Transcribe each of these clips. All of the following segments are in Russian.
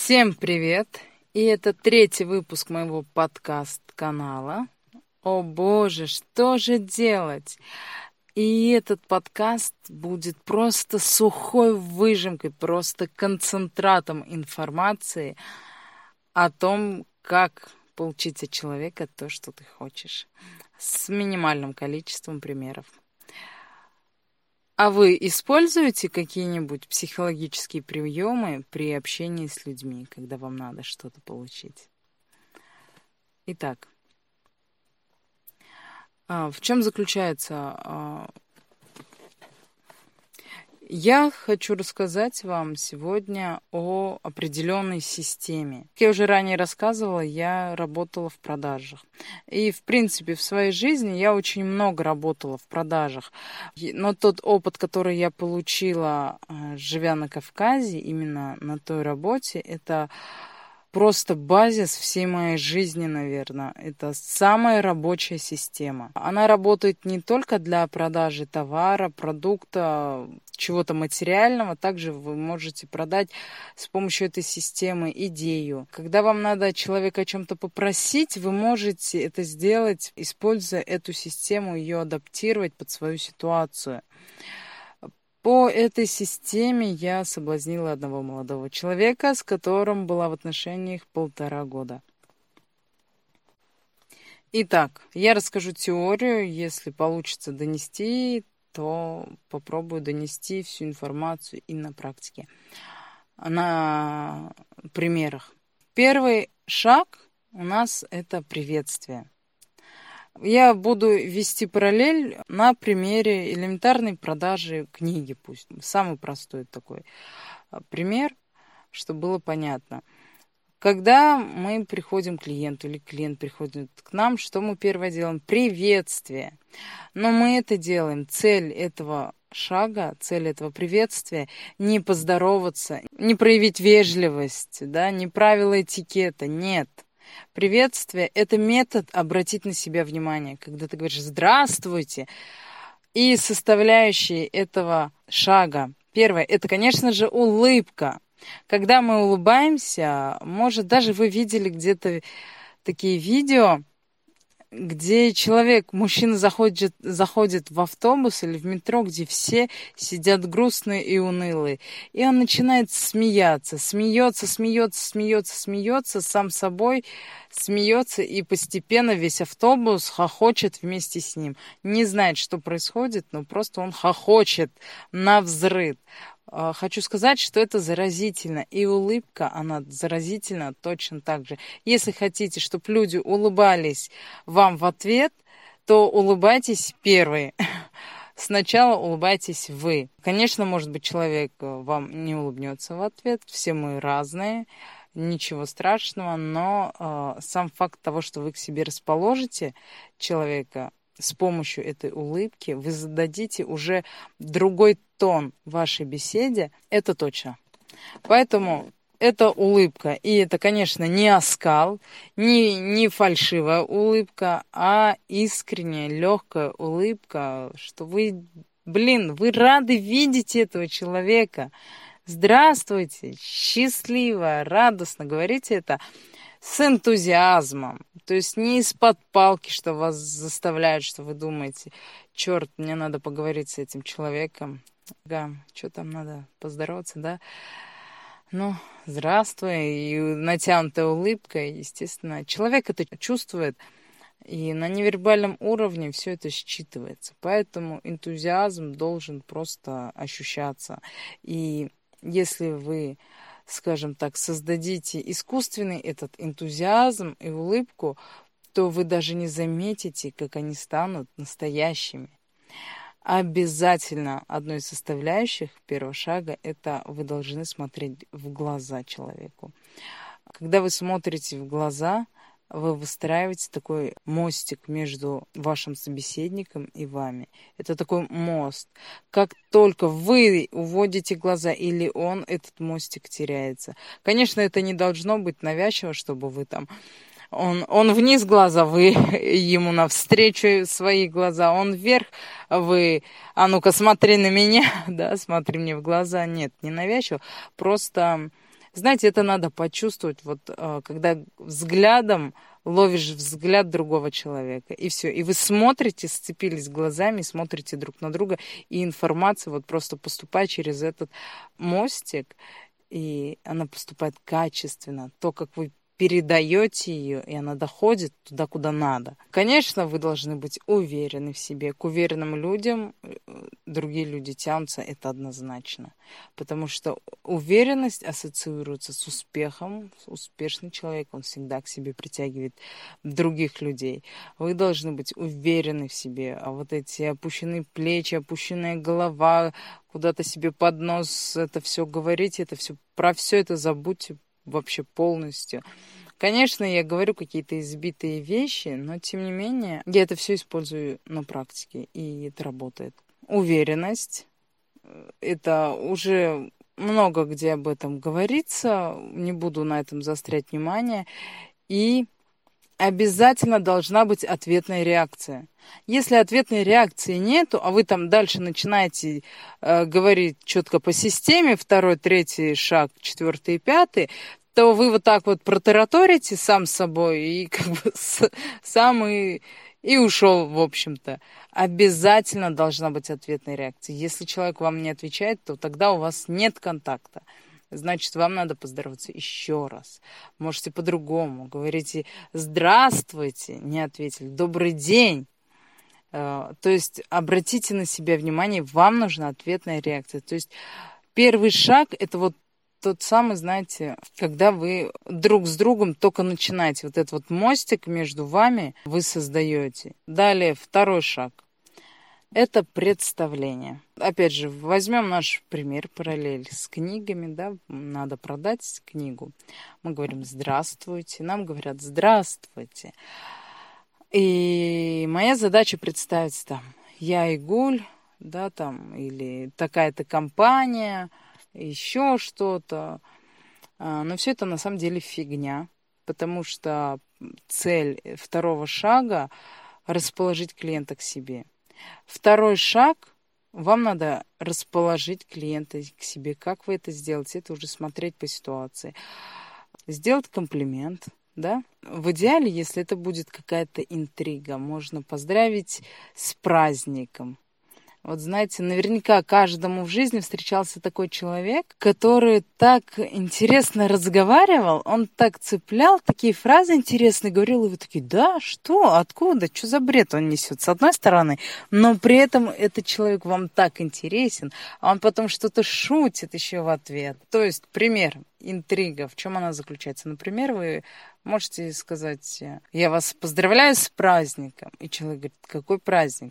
Всем привет! И это третий выпуск моего подкаст-канала. О боже, что же делать? И этот подкаст будет просто сухой выжимкой, просто концентратом информации о том, как получить от человека то, что ты хочешь, с минимальным количеством примеров. А вы используете какие-нибудь психологические приемы при общении с людьми, когда вам надо что-то получить? Итак, в чем заключается? Я хочу рассказать вам сегодня о определенной системе. Как я уже ранее рассказывала, я работала в продажах. И, в принципе, в своей жизни я очень много работала в продажах. Но тот опыт, который я получила, живя на Кавказе, именно на той работе, это просто базис всей моей жизни, наверное. Это самая рабочая система. Она работает не только для продажи товара, продукта, чего-то материального. Также вы можете продать с помощью этой системы идею. Когда вам надо человека о чем-то попросить, вы можете это сделать, используя эту систему, ее адаптировать под свою ситуацию. По этой системе я соблазнила одного молодого человека, с которым была в отношениях 1,5 года. Итак, я расскажу теорию. Если получится донести, то попробую донести всю информацию и на практике. На примерах. Первый шаг у нас это приветствие. Я буду вести параллель на примере элементарной продажи книги, пусть. Самый простой такой пример, чтобы было понятно. Когда мы приходим к клиенту или клиент приходит к нам, что мы первое делаем? Приветствие. Но мы это делаем. Цель этого шага, цель этого приветствия не поздороваться, не проявить вежливость, да, не правила этикета, нет. Приветствие – это метод обратить на себя внимание. Когда ты говоришь «здравствуйте», и составляющие этого шага. Первое – это, конечно же, улыбка. Когда мы улыбаемся, может, даже вы видели где-то такие видео, где мужчина заходит в автобус или в метро, где все сидят грустные и унылые. И он начинает смеяться, смеется, сам собой смеется, и постепенно весь автобус хохочет вместе с ним. Не знает, что происходит, но просто он хохочет навзрыд. Хочу сказать, что это заразительно, и улыбка, она заразительна точно так же. Если хотите, чтобы люди улыбались вам в ответ, то улыбайтесь первые. Сначала улыбайтесь вы. Конечно, может быть, человек вам не улыбнется в ответ, все мы разные, ничего страшного, но сам факт того, что вы к себе расположите человека, с помощью этой улыбки вы зададите уже другой тон вашей беседе, это точно. Поэтому это улыбка. И это, конечно, не оскал, не фальшивая улыбка, а искренняя, легкая улыбка, что вы рады видеть этого человека. Здравствуйте, счастливо, радостно говорите это с энтузиазмом. То есть не из-под палки, что вас заставляют, что вы думаете, черт, мне надо поговорить с этим человеком. Да, что там надо, поздороваться, да? Ну, здравствуй, и натянутая улыбка, естественно. Человек это чувствует, и на невербальном уровне все это считывается. Поэтому энтузиазм должен просто ощущаться. И если вы, скажем так, создадите искусственный этот энтузиазм и улыбку, то вы даже не заметите, как они станут настоящими. Обязательно одной из составляющих первого шага – это вы должны смотреть в глаза человеку. Когда вы смотрите в глаза, вы выстраиваете такой мостик между вашим собеседником и вами. Это такой мост. Как только вы уводите глаза или он, этот мостик теряется. Конечно, это не должно быть навязчиво, чтобы вы там... Он вниз глаза, вы ему навстречу свои глаза. Он вверх, вы... А ну-ка, смотри на меня, да, смотри мне в глаза. Нет, не навязчиво. Просто Знаете, это надо почувствовать, вот когда взглядом ловишь взгляд другого человека, и все. И вы смотрите, сцепились глазами, смотрите друг на друга, и информация вот просто поступает через этот мостик, и она поступает качественно. То, как вы передаете ее, и она доходит туда, куда надо. Конечно, вы должны быть уверены в себе. К уверенным людям другие люди тянутся, это однозначно. Потому что уверенность ассоциируется с успехом. Успешный человек, он всегда к себе притягивает других людей. Вы должны быть уверены в себе. А вот эти опущенные плечи, опущенная голова, куда-то себе под нос это все говорите, это все про все это забудьте вообще полностью. Конечно, я говорю какие-то избитые вещи, но тем не менее я это все использую на практике, и это работает. Уверенность. Это уже много где об этом говорится, не буду на этом заострять внимание. И обязательно должна быть ответная реакция. Если ответной реакции нету, а вы там дальше начинаете говорить четко по системе, второй, третий шаг, четвертый и пятый, то вы вот так вот протараторите сам с собой и как бы сам и ушел, в общем-то. Обязательно должна быть ответная реакция. Если человек вам не отвечает, то тогда у вас нет контакта. Значит, вам надо поздороваться еще раз. Можете по-другому. Говорите «здравствуйте», не ответили, «добрый день». То есть обратите на себя внимание, вам нужна ответная реакция. То есть первый шаг – это вот тот самый, знаете, когда вы друг с другом только начинаете. Вот этот вот мостик между вами вы создаете. Далее второй шаг. Это представление. Опять же, возьмем наш пример, параллель с книгами, да, надо продать книгу. Мы говорим «здравствуйте», нам говорят «здравствуйте». И моя задача представить там я Айгуль, да, там, или такая-то компания, еще что-то. Но все это на самом деле фигня, потому что цель второго шага – расположить клиента к себе. Второй шаг – вам надо расположить клиента к себе. Как вы это сделаете? Это уже смотреть по ситуации. Сделать комплимент, да? В идеале, если это будет какая-то интрига, можно поздравить с праздником. Вот знаете, наверняка каждому в жизни встречался такой человек, который так интересно разговаривал, он так цеплял, такие фразы интересные говорил, и вы такие, да, что, откуда, что за бред он несет, с одной стороны, но при этом этот человек вам так интересен, а он потом что-то шутит еще в ответ. То есть, пример, интрига, в чем она заключается? Например, вы можете сказать, я вас поздравляю с праздником. И человек говорит, какой праздник?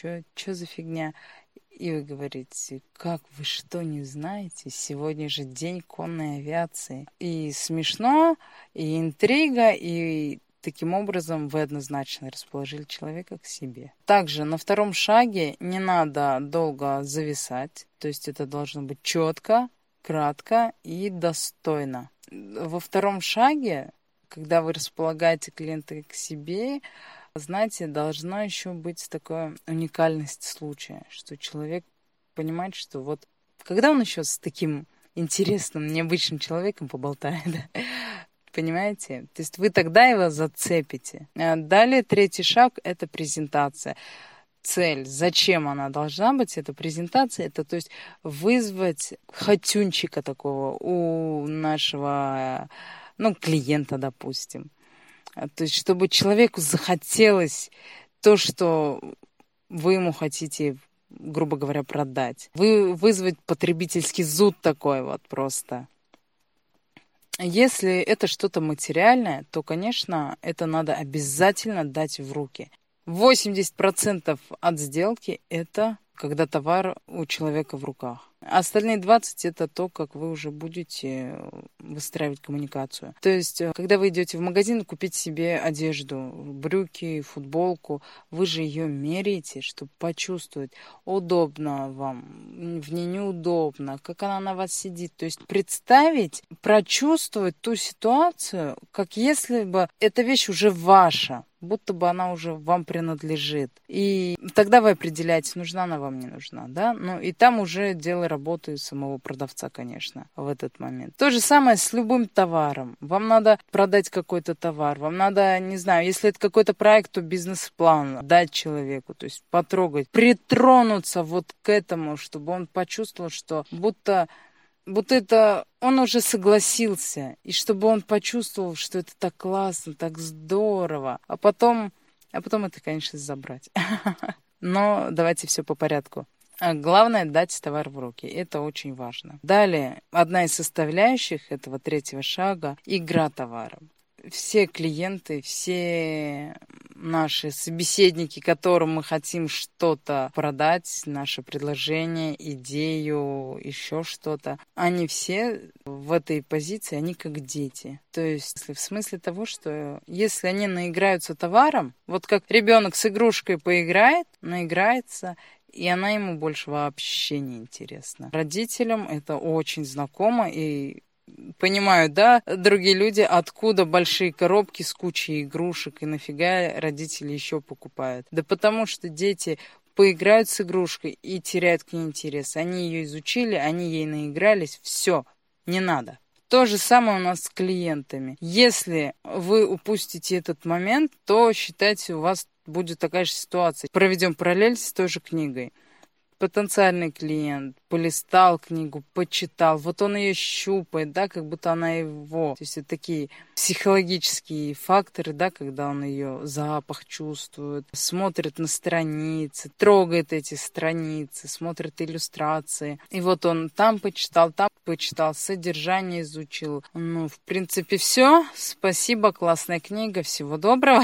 Чё за фигня? И вы говорите, как вы что, не знаете? Сегодня же день конной авиации. И смешно, и интрига, и таким образом вы однозначно расположили человека к себе. Также на втором шаге не надо долго зависать. То есть это должно быть четко, кратко и достойно. Во втором шаге, когда вы располагаете клиента к себе, знаете, должна еще быть такая уникальность случая, что человек понимает, что вот когда он еще с таким интересным, необычным человеком поболтает, понимаете? То есть вы тогда его зацепите. Далее третий шаг – это презентация. Цель, зачем она должна быть, эта презентация, это то есть вызвать хатюнчика такого у нашего, клиента, допустим. То есть, чтобы человеку захотелось то, что вы ему хотите, грубо говоря, продать. Вызвать потребительский зуд такой вот просто. Если это что-то материальное, то, конечно, это надо обязательно дать в руки. 80% от сделки – это когда товар у человека в руках. Остальные 20% это то, как вы уже будете выстраивать коммуникацию. То есть, когда вы идете в магазин купить себе одежду, брюки, футболку, вы же ее меряете, чтобы почувствовать, удобно вам, в ней неудобно, как она на вас сидит. То есть представить, прочувствовать ту ситуацию, как если бы эта вещь уже ваша, будто бы она уже вам принадлежит. И тогда вы определяете, нужна она вам, не нужна, да? Ну и там уже дело работы самого продавца, конечно, в этот момент. То же самое с любым товаром. Вам надо продать какой-то товар, вам надо, не знаю, если это какой-то проект, то бизнес-план дать человеку, то есть потрогать, притронуться вот к этому, чтобы он почувствовал, что будто это он уже согласился, и чтобы он почувствовал, что это так классно, так здорово, а потом это, конечно, забрать. Но давайте все по порядку. Главное — дать товар в руки. Это очень важно. Далее, одна из составляющих этого третьего шага — игра товаром. Все клиенты, все наши собеседники, которым мы хотим что-то продать, наше предложение, идею, еще что-то, они все в этой позиции, они как дети. То есть в смысле того, что если они наиграются товаром, вот как ребенок с игрушкой поиграет, наиграется, и она ему больше вообще не интересна. Родителям это очень знакомо, и понимают, да, другие люди, откуда большие коробки с кучей игрушек и нафига родители еще покупают. Да потому что дети поиграют с игрушкой и теряют к ней интерес. Они ее изучили, они ей наигрались, все, не надо. То же самое у нас с клиентами. Если вы упустите этот момент, то считайте, у вас будет такая же ситуация. Проведем параллель с той же книгой. Потенциальный клиент полистал книгу, почитал, вот он ее щупает, да, как будто она его. То есть это такие психологические факторы, да, когда он ее запах чувствует, смотрит на страницы, трогает эти страницы, смотрит иллюстрации. И вот он там почитал, содержание изучил. Ну, в принципе, все. Спасибо, классная книга, всего доброго.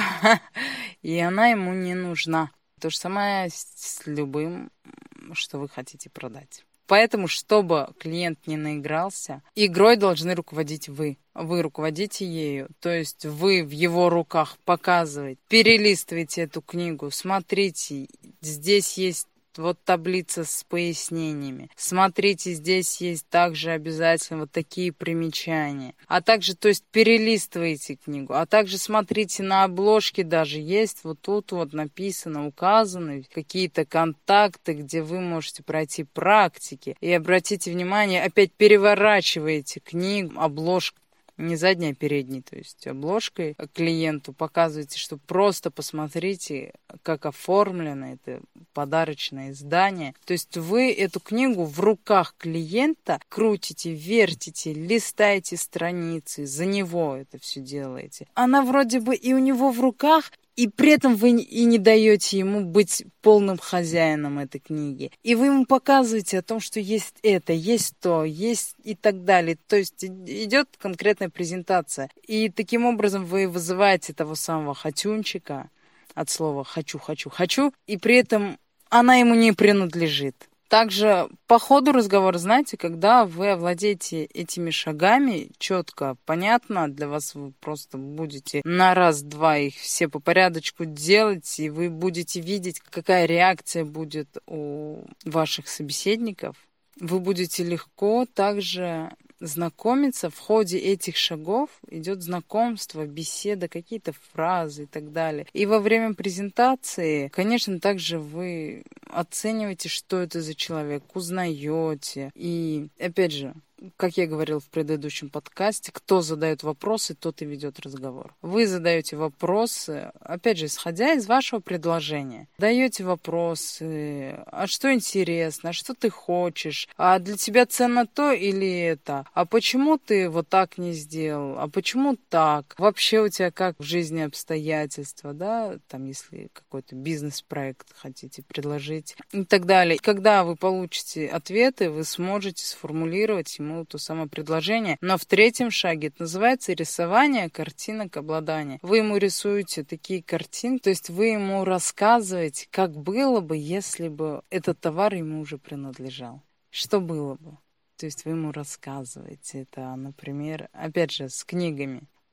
И она ему не нужна. То же самое с любым, что вы хотите продать. Поэтому, чтобы клиент не наигрался, игрой должны руководить вы. Вы руководите ею, то есть вы в его руках показываете, перелистываете эту книгу, смотрите, здесь есть вот таблица с пояснениями. Смотрите, здесь есть также обязательно вот такие примечания. А также, то есть, перелистывайте книгу. А также смотрите на обложке, даже есть вот тут вот написано, указаны какие-то контакты, где вы можете пройти практики. И обратите внимание, опять переворачиваете книгу, обложку. Не задней, а передней, то есть обложкой клиенту показываете, что просто посмотрите, как оформлено это подарочное издание. То есть вы эту книгу в руках клиента крутите, вертите, листаете страницы, за него это все делаете. Она вроде бы и у него в руках, и при этом вы и не даете ему быть полным хозяином этой книги. И вы ему показываете о том, что есть это, есть то, есть и так далее. То есть идет конкретная презентация. И таким образом вы вызываете того самого хотюнчика от слова «хочу», «хочу», «хочу», и при этом она ему не принадлежит. Также по ходу разговора, знаете, когда вы овладеете этими шагами четко, понятно, для вас вы просто будете на раз-два их все по порядочку делать, и вы будете видеть, какая реакция будет у ваших собеседников. Вы будете легко также знакомиться. В ходе этих шагов идет знакомство, беседа, какие-то фразы и так далее. И во время презентации, конечно, также вы оцениваете, что это за человек, узнаете. И, опять же, как я говорил в предыдущем подкасте, кто задает вопросы, тот и ведет разговор. Вы задаете вопросы, опять же, исходя из вашего предложения. Даете вопросы, а что интересно, а что ты хочешь, а для тебя ценно то или это, а почему ты вот так не сделал, а почему так, вообще у тебя как в жизни обстоятельства, да, там, если какой-то бизнес-проект хотите предложить и так далее. Когда вы получите ответы, вы сможете сформулировать ему то самое предложение. Но в третьем шаге это называется рисование картинок обладания. Вы ему рисуете такие картинки, то есть вы ему рассказываете, как было бы, если бы этот товар ему уже принадлежал. Что было бы? То есть вы ему рассказываете это, например, опять же, с книгами.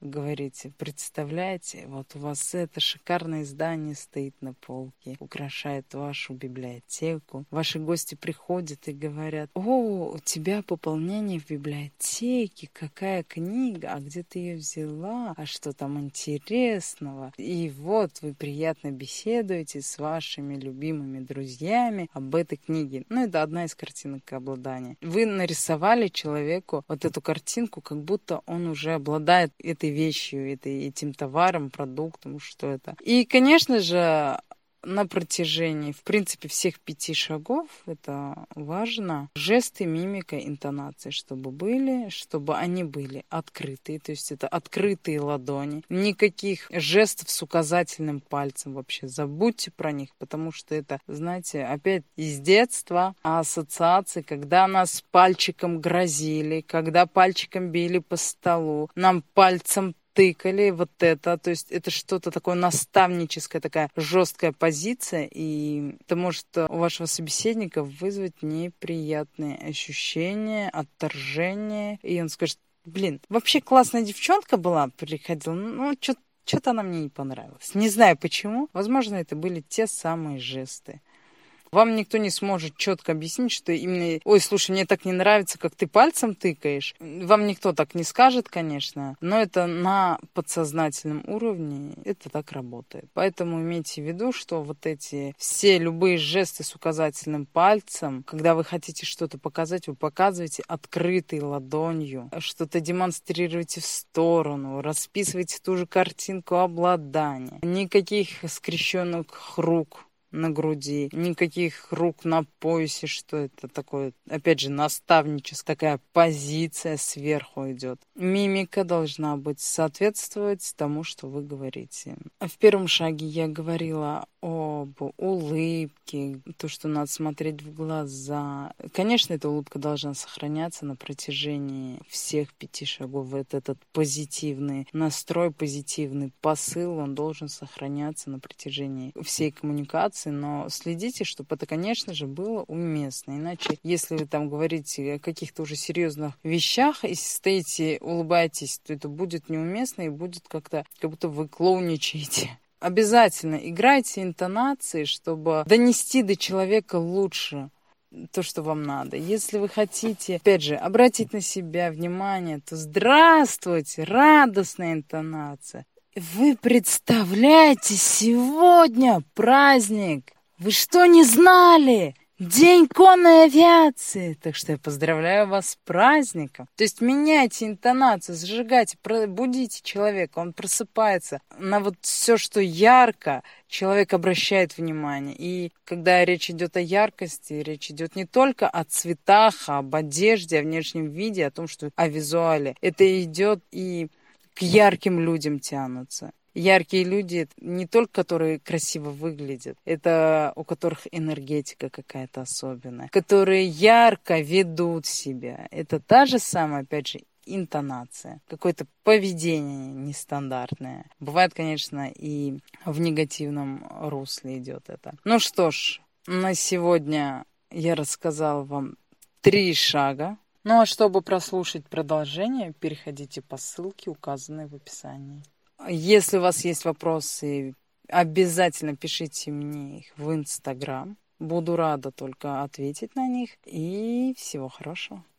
говорите, представляете, вот у вас это шикарное здание стоит на полке, украшает вашу библиотеку. Ваши гости приходят и говорят: о, у тебя пополнение в библиотеке, какая книга, а где ты ее взяла, а что там интересного? И вот вы приятно беседуете с вашими любимыми друзьями об этой книге. Ну, это одна из картинок обладания. Вы нарисовали человеку вот эту картинку, как будто он уже обладает этой вещью, этим товаром, продуктом, что это. И, конечно же, на протяжении, в принципе, всех 5 шагов, это важно, жесты, мимика, интонации, чтобы они были открытые, то есть это открытые ладони, никаких жестов с указательным пальцем вообще, забудьте про них, потому что это, знаете, опять из детства ассоциации, когда нас пальчиком грозили, когда пальчиком били по столу, нам пальцем тыкали, вот это, то есть это что-то такое наставническое, такая жесткая позиция, и это может у вашего собеседника вызвать неприятные ощущения, отторжение, и он скажет: блин, вообще классная девчонка была, приходила, ну, что-то она мне не понравилась. Не знаю почему, возможно, это были те самые жесты. Вам никто не сможет четко объяснить, что именно: ой, слушай, мне так не нравится, как ты пальцем тыкаешь. Вам никто так не скажет, конечно, но это на подсознательном уровне, это так работает. Поэтому имейте в виду, что вот эти все любые жесты с указательным пальцем, когда вы хотите что-то показать, вы показываете открытой ладонью, что-то демонстрируете в сторону, расписываете ту же картинку обладания. Никаких скрещенных рук на груди, никаких рук на поясе, что это такое, опять же, наставническая такая позиция сверху идет. Мимика должна быть соответствовать тому, что вы говорите. В первом шаге я говорила об улыбке, то, что надо смотреть в глаза. Конечно, эта улыбка должна сохраняться на протяжении всех 5 шагов. Этот позитивный настрой, позитивный посыл, он должен сохраняться на протяжении всей коммуникации, но следите, чтобы это, конечно же, было уместно. Иначе, если вы там говорите о каких-то уже серьезных вещах и стоите, улыбаетесь, то это будет неуместно и будет как будто вы клоуничаете. Обязательно играйте интонации, чтобы донести до человека лучше то, что вам надо. Если вы хотите, опять же, обратить на себя внимание, то здравствуйте, радостная интонация. Вы представляете, сегодня праздник! Вы что, не знали? День конной авиации! Так что я поздравляю вас с праздником. То есть меняйте интонацию, зажигайте, будите человека, он просыпается. На вот все, что ярко, человек обращает внимание. И когда речь идет о яркости, речь идет не только о цветах, об одежде, о внешнем виде, о том, что о визуале. Это идет и к ярким людям тянутся. Яркие люди — это не только которые красиво выглядят, это у которых энергетика какая-то особенная, которые ярко ведут себя. Это та же самая, опять же, интонация, какое-то поведение нестандартное. Бывает, конечно, и в негативном русле идет это. Ну что ж, на сегодня я рассказала вам 3 шага. Ну а чтобы прослушать продолжение, переходите по ссылке, указанной в описании. Если у вас есть вопросы, обязательно пишите мне их в Инстаграм. Буду рада только ответить на них. И всего хорошего.